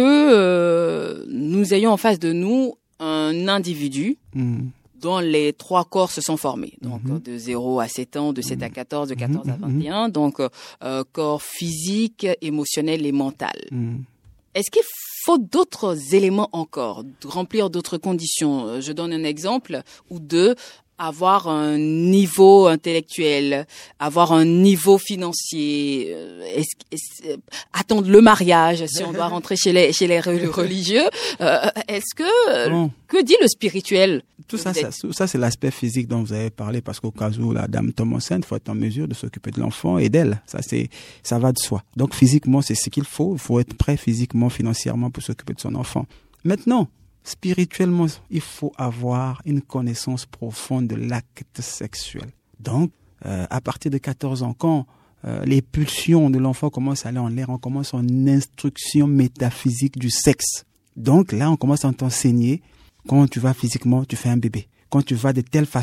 euh, nous ayons en face de nous un individu mmh. dont les trois corps se sont formés. Donc, mmh. de zéro à sept ans, de sept mmh. à quatorze, de quatorze mmh. à vingt et un. Donc, euh, corps physique, émotionnel et mental. Mmh. Est-ce qu'il faut d'autres éléments encore, remplir d'autres conditions? Je donne un exemple ou deux. Avoir un niveau intellectuel, avoir un niveau financier, est-ce, est-ce, attendre le mariage si on doit rentrer chez les chez les religieux. Euh, est-ce que bon. que dit le spirituel? Tout ça, ça, tout ça, c'est l'aspect physique dont vous avez parlé, parce qu'au cas où la dame tombe enceinte, il faut être en mesure de s'occuper de l'enfant et d'elle. Ça, c'est, ça va de soi. Donc physiquement, c'est ce qu'il faut. Il faut être prêt physiquement, financièrement pour s'occuper de son enfant. Maintenant, spirituellement, il faut avoir une connaissance profonde de l'acte sexuel. Donc, euh, à partir de quatorze ans, quand euh, les pulsions de l'enfant commencent à aller en l'air, on commence en instruction métaphysique du sexe. Donc là, on commence à t'enseigner quand tu vas physiquement, tu fais un bébé. Quand tu vas de telle façon,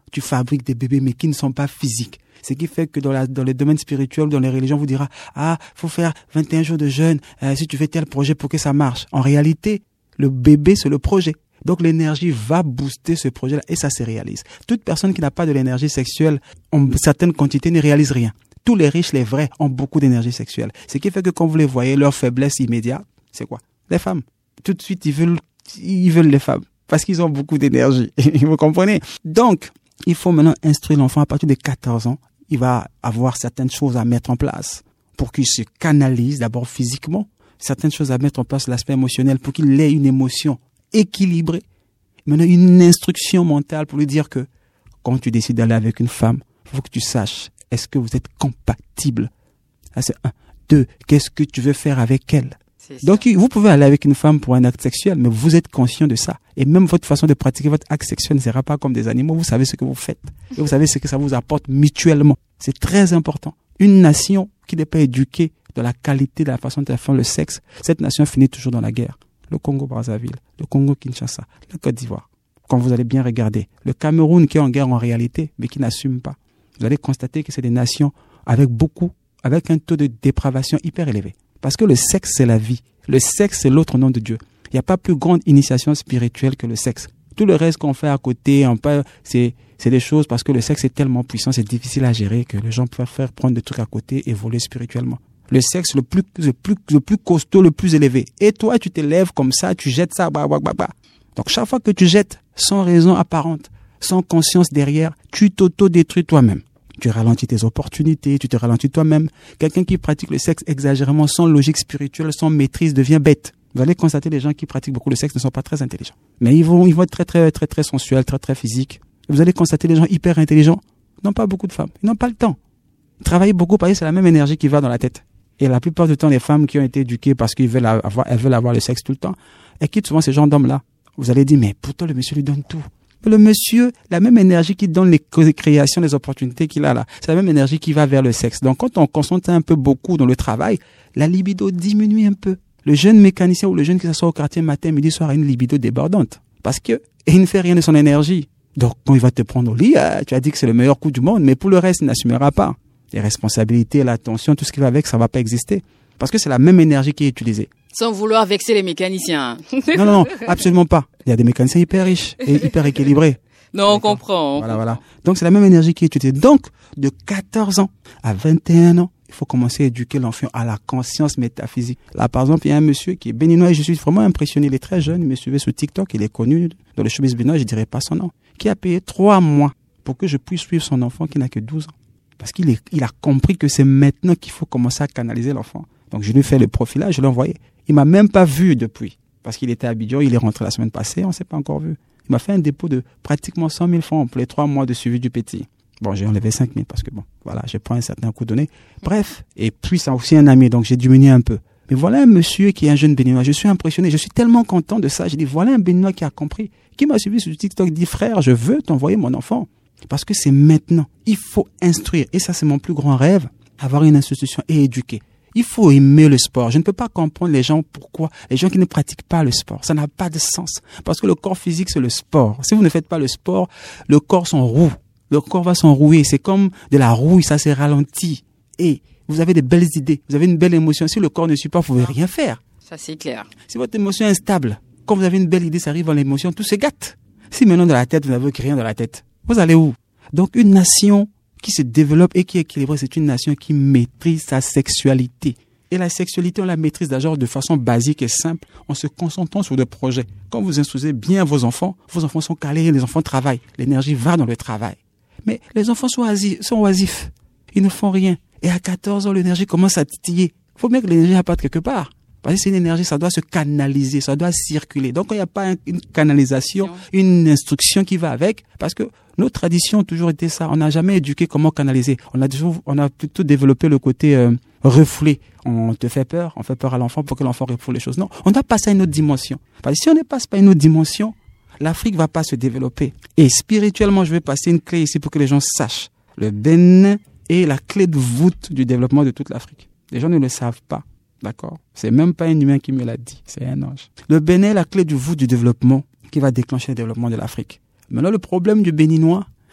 tu fabriques des bébés mais qui ne sont pas physiques. Ce qui fait que dans, la, dans les domaines spirituels, dans les religions, on vous dira « Ah, faut faire vingt et un jours de jeûne euh, si tu fais tel projet pour que ça marche. » En réalité, le bébé, c'est le projet. Donc l'énergie va booster ce projet-là et ça se réalise. Toute personne qui n'a pas de l'énergie sexuelle en certaines quantités ne réalise rien. Tous les riches, les vrais, ont beaucoup d'énergie sexuelle. Ce qui fait que quand vous les voyez, leur faiblesse immédiate, c'est quoi? Les femmes. Tout de suite, ils veulent, ils veulent les femmes parce qu'ils ont beaucoup d'énergie. Vous comprenez? Donc, il faut maintenant instruire l'enfant à partir de quatorze ans. Il va avoir certaines choses à mettre en place pour qu'il se canalise d'abord physiquement. Certaines choses à mettre en place, l'aspect émotionnel, pour qu'il ait une émotion équilibrée. Maintenant, une instruction mentale pour lui dire que quand tu décides d'aller avec une femme, il faut que tu saches, est-ce que vous êtes compatible? Ça, c'est un. Deux, qu'est-ce que tu veux faire avec elle? Donc, vous pouvez aller avec une femme pour un acte sexuel, mais vous êtes conscient de ça. Et même votre façon de pratiquer votre acte sexuel ne sera pas comme des animaux. Vous savez ce que vous faites. Et vous savez ce que ça vous apporte mutuellement. C'est très important. Une nation qui n'est pas éduquée dans la qualité de la façon de faire le sexe, cette nation finit toujours dans la guerre. Le Congo-Brazzaville, le Congo-Kinshasa, la Côte d'Ivoire. Quand vous allez bien regarder, le Cameroun qui est en guerre en réalité, mais qui n'assume pas. Vous allez constater que c'est des nations avec beaucoup, avec un taux de dépravation hyper élevé. Parce que le sexe, c'est la vie. Le sexe, c'est l'autre nom de Dieu. Il n'y a pas plus grande initiation spirituelle que le sexe. Tout le reste qu'on fait à côté, on peut, c'est, c'est des choses parce que le sexe est tellement puissant, c'est difficile à gérer que les gens peuvent faire prendre des trucs à côté et évoluer spirituellement. Le sexe, le plus, le plus, le plus costaud, le plus élevé. Et toi, tu t'élèves comme ça, tu jettes ça, bah, bah, bah, bah. Donc, chaque fois que tu jettes, sans raison apparente, sans conscience derrière, tu t'auto-détruis toi-même. Tu ralentis tes opportunités, tu te ralentis toi-même. Quelqu'un qui pratique le sexe exagérément, sans logique spirituelle, sans maîtrise, devient bête. Vous allez constater les gens qui pratiquent beaucoup le sexe ne sont pas très intelligents. Mais ils vont, ils vont être très, très, très, très sensuels, très, très physiques. Vous allez constater les gens hyper intelligents n'ont pas beaucoup de femmes. Ils n'ont pas le temps. Ils travaillent beaucoup parce que c'est la même énergie qui va dans la tête. Et la plupart du temps, les femmes qui ont été éduquées parce qu'ils veulent avoir, elles veulent avoir le sexe tout le temps, elles quittent souvent ces genres d'hommes-là. Vous allez dire, mais pourtant le monsieur lui donne tout. Le monsieur, la même énergie qui donne les créations, les opportunités qu'il a là, c'est la même énergie qui va vers le sexe. Donc, quand on concentre un peu beaucoup dans le travail, la libido diminue un peu. Le jeune mécanicien ou le jeune qui s'assoit au quartier matin, midi, soir a une libido débordante. Parce que, il ne fait rien de son énergie. Donc, quand il va te prendre au lit, ah, tu as dit que c'est le meilleur coup du monde, mais pour le reste, il n'assumera pas. Les responsabilités, l'attention, tout ce qui va avec, ça va pas exister. Parce que c'est la même énergie qui est utilisée. Sans vouloir vexer les mécaniciens. Non, non, non, absolument pas. Il y a des mécaniciens hyper riches et hyper équilibrés. Non, on comprend. On voilà, comprend. voilà. Donc, c'est la même énergie qui est utilisée. Donc, de quatorze ans à vingt et un ans, il faut commencer à éduquer l'enfant à la conscience métaphysique. Là, par exemple, il y a un monsieur qui est béninois et je suis vraiment impressionné. Il est très jeune, il me suivait sur TikTok, il est connu dans le showbiz béninois, je dirais pas son nom, qui a payé trois mois pour que je puisse suivre son enfant qui n'a que douze ans. Parce qu'il est, il a compris que c'est maintenant qu'il faut commencer à canaliser l'enfant. Donc, je lui ai fait le profilage, je l'ai envoyé. Il m'a même pas vu depuis. Parce qu'il était à Abidjan, il est rentré la semaine passée, on s'est pas encore vu. Il m'a fait un dépôt de pratiquement cent mille francs pour les trois mois de suivi du petit. Bon, j'ai enlevé cinq mille parce que bon, voilà, je prends un certain coup donné. Bref. Et puis, c'est aussi un ami, donc j'ai diminué un peu. Mais voilà un monsieur qui est un jeune béninois. Je suis impressionné. Je suis tellement content de ça. J'ai dit, voilà un béninois qui a compris, qui m'a suivi sur TikTok, dit, frère, je veux t'envoyer mon enfant. Parce que c'est maintenant. Il faut instruire. Et ça, c'est mon plus grand rêve, avoir une institution et éduquer. Il faut aimer le sport. Je ne peux pas comprendre les gens pourquoi, les gens qui ne pratiquent pas le sport. Ça n'a pas de sens. Parce que le corps physique, c'est le sport. Si vous ne faites pas le sport, le corps s'enroue. Le corps va s'enrouer. C'est comme de la rouille, ça s'est ralenti. Et vous avez des belles idées, vous avez une belle émotion. Si le corps ne suit pas, vous ne pouvez rien faire. Ça, c'est clair. Si votre émotion est instable, quand vous avez une belle idée, ça arrive dans l'émotion, tout se gâte. Si maintenant dans la tête, vous n'avez rien dans la tête, vous allez où? Donc une nation qui se développe et qui est équilibrée, c'est une nation qui maîtrise sa sexualité. Et la sexualité, on la maîtrise d'abord de façon basique et simple, en se concentrant sur des projets. Quand vous instruisez bien vos enfants, vos enfants sont calés, les enfants travaillent. L'énergie va dans le travail. Mais les enfants sont oisifs, sont oisifs. Ils ne font rien. Et à quatorze ans, l'énergie commence à titiller. Il faut bien que l'énergie parte quelque part. Parce que c'est une énergie, ça doit se canaliser, ça doit circuler. Donc, il n'y a pas une canalisation, une instruction qui va avec. Parce que nos traditions ont toujours été ça. On n'a jamais éduqué comment canaliser. On a, toujours, on a plutôt développé le côté euh, refoulé. On te fait peur, on fait peur à l'enfant pour que l'enfant refoule les choses. Non, on doit passer à une autre dimension. Parce que si on ne passe pas à une autre dimension, l'Afrique ne va pas se développer. Et spirituellement, je vais passer une clé ici pour que les gens sachent. Le Bénin est la clé de voûte du développement de toute l'Afrique. Les gens ne le savent pas. D'accord? C'est même pas un humain qui me l'a dit. C'est un ange. Le Bénin est la clé du voûte du développement qui va déclencher le développement de l'Afrique. Maintenant, le problème du Béninois,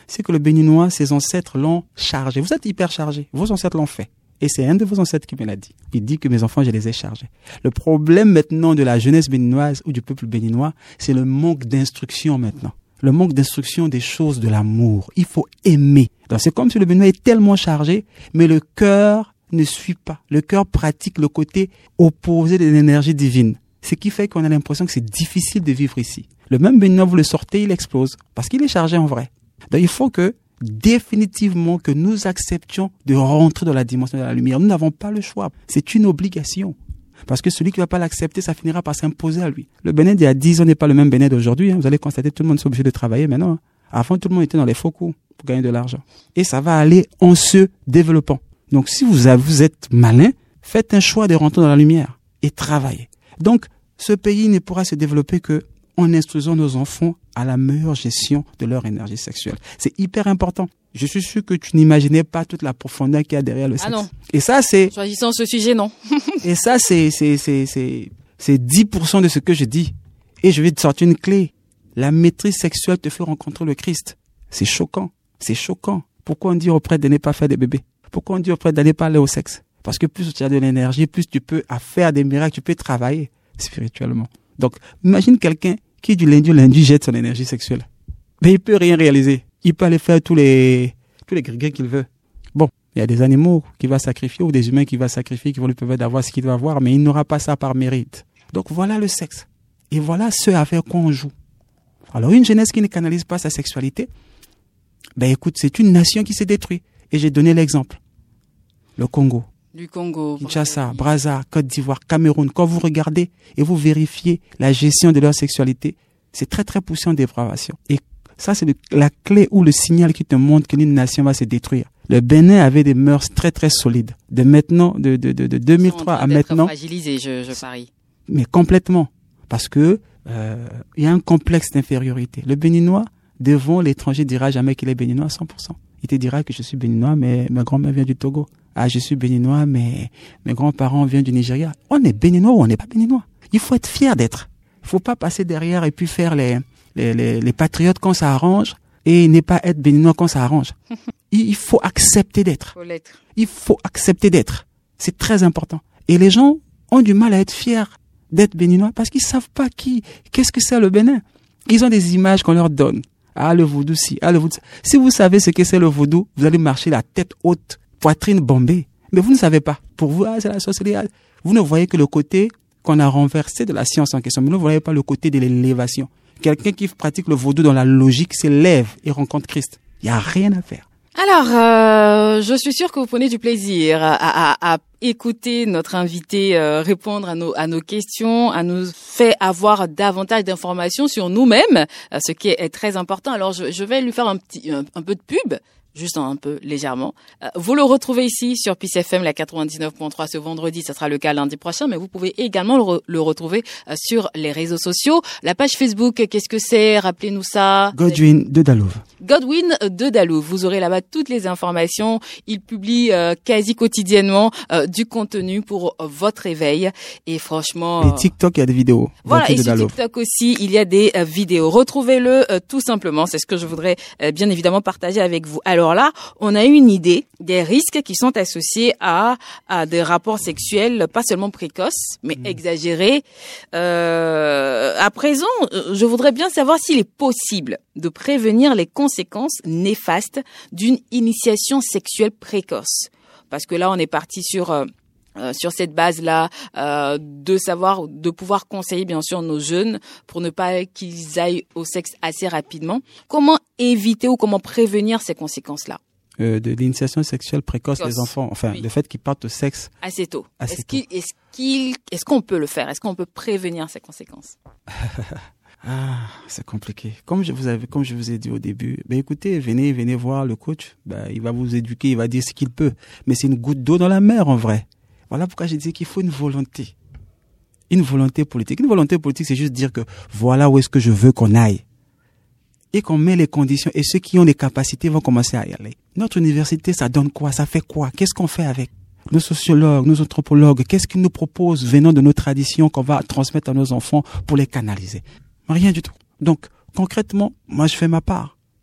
c'est que le béninois, ses ancêtres l'ont chargé. Vous êtes hyper chargé. Vos ancêtres l'ont fait. Et c'est un de vos ancêtres qui me l'a dit. Il dit que mes enfants, je les ai chargés. Le problème maintenant de la jeunesse béninoise ou du peuple béninois, c'est le manque d'instruction maintenant. Le manque d'instruction des choses de l'amour. Il faut aimer. Donc c'est comme si le béninois est tellement chargé, mais le cœur ne suit pas. Le cœur pratique le côté opposé de l'énergie divine. Ce qui fait qu'on a l'impression que c'est difficile de vivre ici. Le même béninois, vous le sortez, il explose. Parce qu'il est chargé en vrai. Donc il faut que définitivement que nous acceptions de rentrer dans la dimension de la lumière. Nous n'avons pas le choix. C'est une obligation. Parce que celui qui ne va pas l'accepter, ça finira par s'imposer à lui. Le Bénin d'il y a dix ans n'est pas le même Bénin d'aujourd'hui. Hein. Vous allez constater que tout le monde est obligé de travailler maintenant. Hein. Avant, tout le monde était dans les faux coups pour gagner de l'argent. Et ça va aller en se développant. Donc, si vous, avez, vous êtes malin, faites un choix de rentrer dans la lumière et travaillez. Donc, ce pays ne pourra se développer que en instruisant nos enfants à la meilleure gestion de leur énergie sexuelle. C'est hyper important. Je suis sûr que tu n'imaginais pas toute la profondeur qu'il y a derrière le sexe. Ah non. Et ça, c'est... Choisissant ce sujet, non. Et ça, c'est, c'est, c'est, c'est, c'est dix pour cent de ce que je dis. Et je vais te sortir une clé. La maîtrise sexuelle te fait rencontrer le Christ. C'est choquant. C'est choquant. Pourquoi on dit aux prêtres de ne pas faire des bébés? Pourquoi on dit aux prêtres d'aller pas aller au sexe? Parce que plus tu as de l'énergie, plus tu peux faire des miracles, tu peux travailler spirituellement. Donc, imagine quelqu'un qui du lundi au lundi jette son énergie sexuelle. Mais il peut rien réaliser. Il peut aller faire tous les, tous les grigues qu'il veut. Bon, il y a des animaux qu'il va sacrifier ou des humains qu'il va sacrifier qui vont lui permettre d'avoir ce qu'il doit avoir, mais il n'aura pas ça par mérite. Donc voilà le sexe. Et voilà ce avec quoi on joue. Alors une jeunesse qui ne canalise pas sa sexualité, ben écoute, c'est une nation qui s'est détruite. Et j'ai donné l'exemple. Le Congo. Du Congo. Kinshasa, Brazza, Côte d'Ivoire, Cameroun. Quand vous regardez et vous vérifiez la gestion de leur sexualité, c'est très très poussé en dépravation. Et ça, c'est le, la clé ou le signal qui te montre qu'une nation va se détruire. Le Bénin avait des mœurs très très solides. De maintenant, de, de, de, de deux mille trois à maintenant. Fragilisé, je, je parie. Mais complètement. Parce que, euh, il y a un complexe d'infériorité. Le Béninois, devant l'étranger, dira jamais qu'il est Béninois à cent pour cent. Il te dira que je suis Béninois, mais ma grand-mère vient du Togo. Ah, je suis Béninois, mais mes grands-parents viennent du Nigeria. On est Béninois ou on n'est pas Béninois. Il faut être fier d'être. Il faut pas passer derrière et puis faire les, les, les, les patriotes quand ça arrange et ne pas être Béninois quand ça arrange. Il faut accepter d'être. Faut l'être. Il faut accepter d'être. C'est très important. Et les gens ont du mal à être fiers d'être Béninois parce qu'ils savent pas qui, qu'est-ce que c'est le Bénin. Ils ont des images qu'on leur donne. Ah, le vaudou, si. Ah, le vaudou. Si vous savez ce que c'est le vaudou, vous allez marcher la tête haute, poitrine bombée. Mais vous ne savez pas. Pour vous, ah, c'est la sorcellerie. Vous ne voyez que le côté qu'on a renversé de la science en question. Mais vous ne voyez pas le côté de l'élévation. Quelqu'un qui pratique le vaudou dans la logique s'élève et rencontre Christ. Il n'y a rien à faire. Alors, euh, je suis sûre que vous prenez du plaisir à, à, à écouter notre invité euh, répondre à nos, à nos questions, à nous faire avoir davantage d'informations sur nous-mêmes, ce qui est, est très important. Alors, je, je vais lui faire un petit, un, un peu de pub. Juste un peu légèrement. Euh, vous le retrouvez ici sur Peace F M, la quatre-vingt-dix-neuf point trois ce vendredi. Ça sera le cas lundi prochain, mais vous pouvez également le, re- le retrouver euh, sur les réseaux sociaux. La page Facebook, qu'est-ce que c'est? Rappelez-nous ça. Godwin de Dalouve. Godwin de Dalouve. Vous aurez là-bas toutes les informations. Il publie euh, quasi quotidiennement euh, du contenu pour euh, votre éveil. Et franchement... Et TikTok, il y a des vidéos. Voilà, et sur TikTok aussi, il y a des euh, vidéos. Retrouvez-le euh, tout simplement. C'est ce que je voudrais euh, bien évidemment partager avec vous. Alors, Alors là, on a une idée des risques qui sont associés à, à des rapports sexuels, pas seulement précoces, mais mmh. exagérés. Euh, à présent, je voudrais bien savoir s'il est possible de prévenir les conséquences néfastes d'une initiation sexuelle précoce. Parce que là, on est parti sur... Euh, Euh, sur cette base-là, euh, de savoir, de pouvoir conseiller bien sûr nos jeunes pour ne pas qu'ils aillent au sexe assez rapidement. Comment éviter ou comment prévenir ces conséquences-là? Euh, de l'initiation sexuelle précoce Précoce. des enfants, enfin oui. Le fait qu'ils partent au sexe assez tôt. Assez est-ce tôt. qu'il, est-ce qu'il, est-ce qu'on peut le faire? Est-ce qu'on peut prévenir ces conséquences? Ah, c'est compliqué. Comme je vous avais, comme je vous ai dit au début, ben écoutez, venez, venez voir le coach. Ben il va vous éduquer, il va dire ce qu'il peut. Mais c'est une goutte d'eau dans la mer en vrai. Voilà pourquoi je dis qu'il faut une volonté. Une volonté politique. Une volonté politique, c'est juste dire que voilà où est-ce que je veux qu'on aille. Et qu'on met les conditions. Et ceux qui ont les capacités vont commencer à y aller. Notre université, ça donne quoi? Ça fait quoi? Qu'est-ce qu'on fait avec? Nos sociologues, nos anthropologues, qu'est-ce qu'ils nous proposent venant de nos traditions qu'on va transmettre à nos enfants pour les canaliser? Rien du tout. Donc, concrètement, moi, je fais ma part.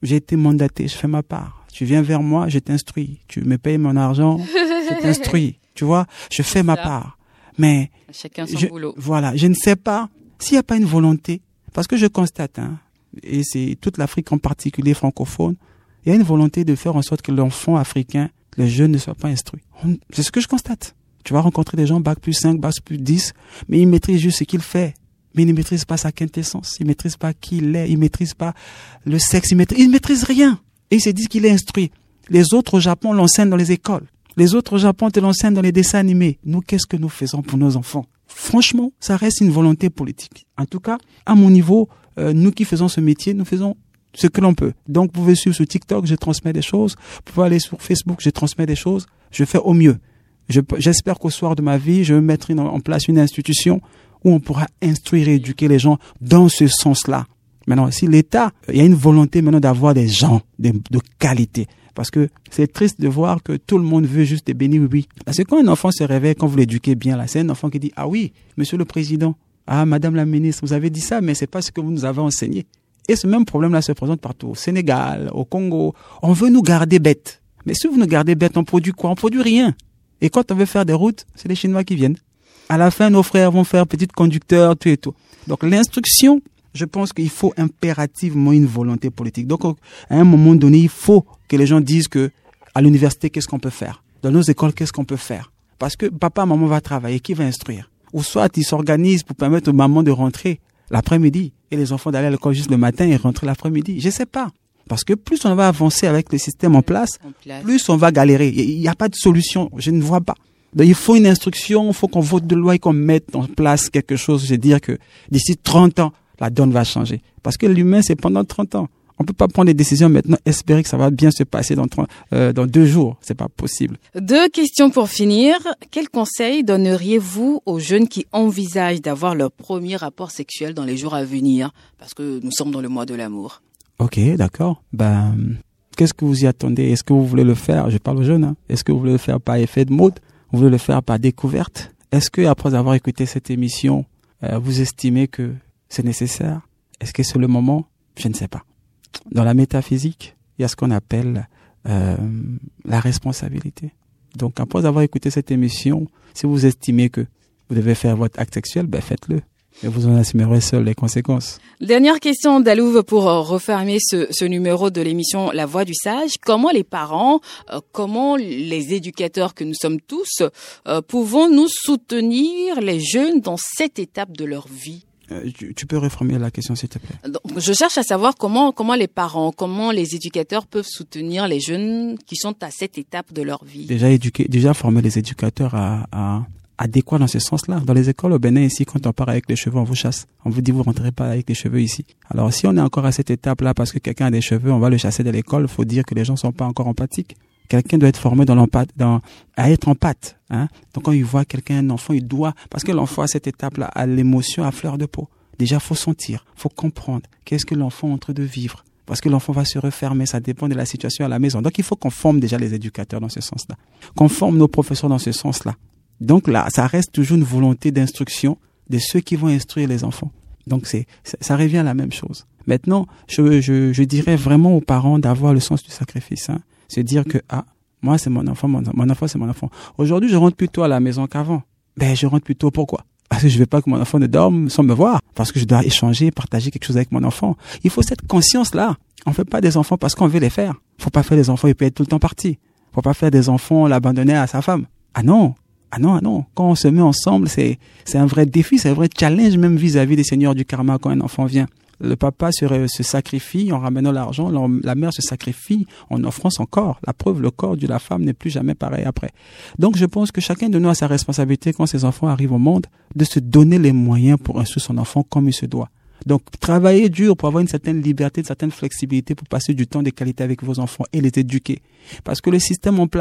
J'ai été mandaté, je fais ma part. Tu viens vers moi, je t'instruis. Tu me payes mon argent, je t'instruis. Tu vois, je fais ma part. Mais chacun son je, boulot. Voilà, je ne sais pas s'il n'y a pas une volonté, parce que je constate, hein, et c'est toute l'Afrique en particulier francophone, il y a une volonté de faire en sorte que l'enfant africain, les jeunes ne soient pas instruits. C'est ce que je constate. Tu vas rencontrer des gens bac plus cinq, bac plus dix, mais ils maîtrisent juste ce qu'il fait. Mais ils ne maîtrisent pas sa quintessence, ils ne maîtrisent pas qui il est, ils ne maîtrisent pas le sexe, ils ne maîtrisent, ils ne maîtrisent rien. Et ils se disent qu'il est instruit. Les autres au Japon l'enseignent dans les écoles. Les autres au Japon te l'enseignent dans les dessins animés. Nous, qu'est-ce que nous faisons pour nos enfants? Franchement, ça reste une volonté politique. En tout cas, à mon niveau, euh, nous qui faisons ce métier, nous faisons ce que l'on peut. Donc, vous pouvez suivre sur TikTok, je transmets des choses. Vous pouvez aller sur Facebook, je transmets des choses. Je fais au mieux. Je, j'espère qu'au soir de ma vie, je vais mettre une, en place une institution où on pourra instruire et éduquer les gens dans ce sens-là. Maintenant, si l'État, il y a une volonté maintenant d'avoir des gens de, de qualité. Parce que c'est triste de voir que tout le monde veut juste des bénis oui. Parce que quand un enfant se réveille, quand vous l'éduquez bien, là, c'est un enfant qui dit « Ah oui, monsieur le président, ah madame la ministre, vous avez dit ça, mais c'est pas ce que vous nous avez enseigné. » Et ce même problème-là se présente partout. Au Sénégal, au Congo. On veut nous garder bêtes. Mais si vous nous gardez bêtes, on produit quoi? On produit rien. Et quand on veut faire des routes, c'est les Chinois qui viennent. À la fin, nos frères vont faire petits conducteurs, tout et tout. Donc l'instruction, je pense qu'il faut impérativement une volonté politique. Donc à un moment donné, il faut que les gens disent que à l'université, qu'est-ce qu'on peut faire? Dans nos écoles, qu'est-ce qu'on peut faire? Parce que papa, maman va travailler, qui va instruire? Ou soit ils s'organisent pour permettre aux mamans de rentrer l'après-midi et les enfants d'aller à l'école juste le matin et rentrer l'après-midi. Je sais pas. Parce que plus on va avancer avec le système en place, en place. plus on va galérer. Il n'y a pas de solution. Je ne vois pas. Donc, il faut une instruction, il faut qu'on vote de loi et qu'on mette en place quelque chose. Je veux dire que d'ici trente ans, la donne va changer. Parce que l'humain, c'est pendant trente ans. On peut pas prendre des décisions maintenant, espérer que ça va bien se passer dans, trente, euh, dans deux jours. C'est pas possible. Deux questions pour finir. Quel conseil donneriez-vous aux jeunes qui envisagent d'avoir leur premier rapport sexuel dans les jours à venir? Parce que nous sommes dans le mois de l'amour. Ok, d'accord. Ben, qu'est-ce que vous y attendez? Est-ce que vous voulez le faire? Je parle aux jeunes, hein. Est-ce que vous voulez le faire par effet de mode? Vous voulez le faire par découverte? Est-ce que, après avoir écouté cette émission, euh, vous estimez que c'est nécessaire? Est-ce que c'est le moment? Je ne sais pas. Dans la métaphysique, il y a ce qu'on appelle euh, la responsabilité. Donc, après avoir écouté cette émission, si vous estimez que vous devez faire votre acte sexuel, ben faites-le. Et vous en assumerez seul les conséquences. Dernière question d'Alouve pour refermer ce, ce numéro de l'émission La Voix du Sage. Comment les parents, euh, comment les éducateurs que nous sommes tous, euh, pouvons-nous soutenir les jeunes dans cette étape de leur vie? Euh, tu, tu peux reformuler la question, s'il te plaît. Donc, je cherche à savoir comment, comment les parents, comment les éducateurs peuvent soutenir les jeunes qui sont à cette étape de leur vie. Déjà éduquer, déjà former les éducateurs à, à adéquat dans ce sens-là. Dans les écoles au Bénin, ici, quand on part avec les cheveux, on vous chasse. On vous dit, vous rentrez pas avec les cheveux ici. Alors, si on est encore à cette étape-là, parce que quelqu'un a des cheveux, on va le chasser de l'école, il faut dire que les gens sont pas encore empathiques. Quelqu'un doit être formé dans l'empathie, dans, à être empathe, hein. Donc, quand il voit quelqu'un, un enfant, il doit, parce que l'enfant à cette étape-là a l'émotion à fleur de peau. Déjà, faut sentir, faut comprendre qu'est-ce que l'enfant est en train de vivre. Parce que l'enfant va se refermer, ça dépend de la situation à la maison. Donc, il faut qu'on forme déjà les éducateurs dans ce sens-là. Qu'on forme nos professeurs dans ce sens-là. Donc là, ça reste toujours une volonté d'instruction de ceux qui vont instruire les enfants. Donc c'est, ça revient à la même chose. Maintenant, je, je, je dirais vraiment aux parents d'avoir le sens du sacrifice. Hein. Se dire que, ah, moi c'est mon enfant, mon, mon enfant c'est mon enfant. Aujourd'hui, je rentre plus tôt à la maison qu'avant. Ben, je rentre plus tôt, pourquoi? Parce que je veux pas que mon enfant ne dorme sans me voir. Parce que je dois échanger, partager quelque chose avec mon enfant. Il faut cette conscience-là. On fait pas des enfants parce qu'on veut les faire. Faut pas faire des enfants et puis être tout le temps parti. Faut pas faire des enfants l'abandonner à sa femme. Ah non! Ah non, ah non. Quand on se met ensemble, c'est, c'est un vrai défi, c'est un vrai challenge même vis-à-vis des seigneurs du karma quand un enfant vient. Le papa se, se sacrifie en ramenant l'argent, la mère se sacrifie en offrant son corps. La preuve, le corps de la femme n'est plus jamais pareil après. Donc je pense que chacun de nous a sa responsabilité quand ses enfants arrivent au monde de se donner les moyens pour instruire son enfant comme il se doit. Donc travailler dur pour avoir une certaine liberté, une certaine flexibilité pour passer du temps de qualité avec vos enfants et les éduquer. Parce que le système en place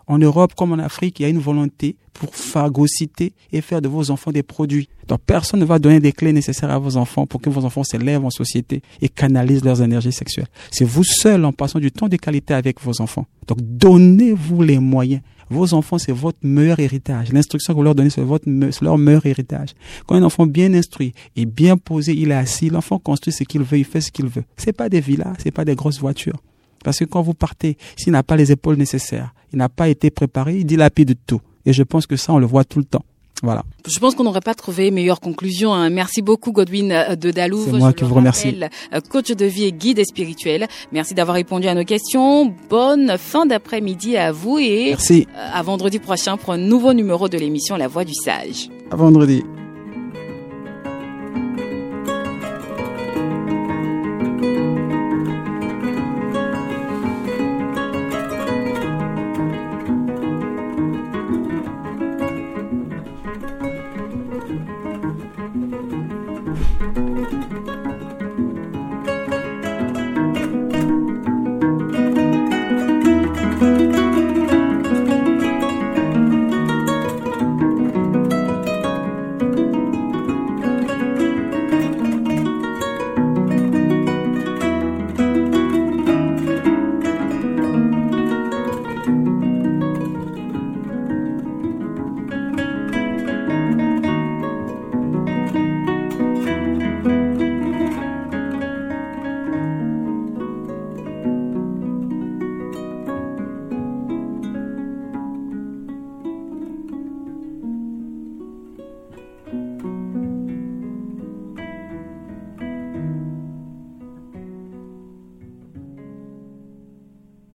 En Europe comme en Afrique, il y a une volonté pour phagocyter et faire de vos enfants des produits. Donc personne ne va donner des clés nécessaires à vos enfants pour que vos enfants s'élèvent en société et canalisent leurs énergies sexuelles. C'est vous seul en passant du temps de qualité avec vos enfants. Donc donnez-vous les moyens. Vos enfants, c'est votre meilleur héritage. L'instruction que vous leur donnez, c'est, votre, c'est leur meilleur héritage. Quand un enfant bien instruit et bien posé, il est assis, l'enfant construit ce qu'il veut, il fait ce qu'il veut. C'est pas des villas, c'est pas des grosses voitures. Parce que quand vous partez, s'il n'a pas les épaules nécessaires, il n'a pas été préparé, il dilapide tout. Et je pense que ça, on le voit tout le temps. Voilà. Je pense qu'on n'aurait pas trouvé meilleure conclusion. Hein. Merci beaucoup, Godwin de Dalouve. C'est moi qui vous remercie. Coach de vie et guide spirituel. Merci d'avoir répondu à nos questions. Bonne fin d'après-midi à vous et Merci. à vendredi prochain pour un nouveau numéro de l'émission La Voix du Sage. À vendredi.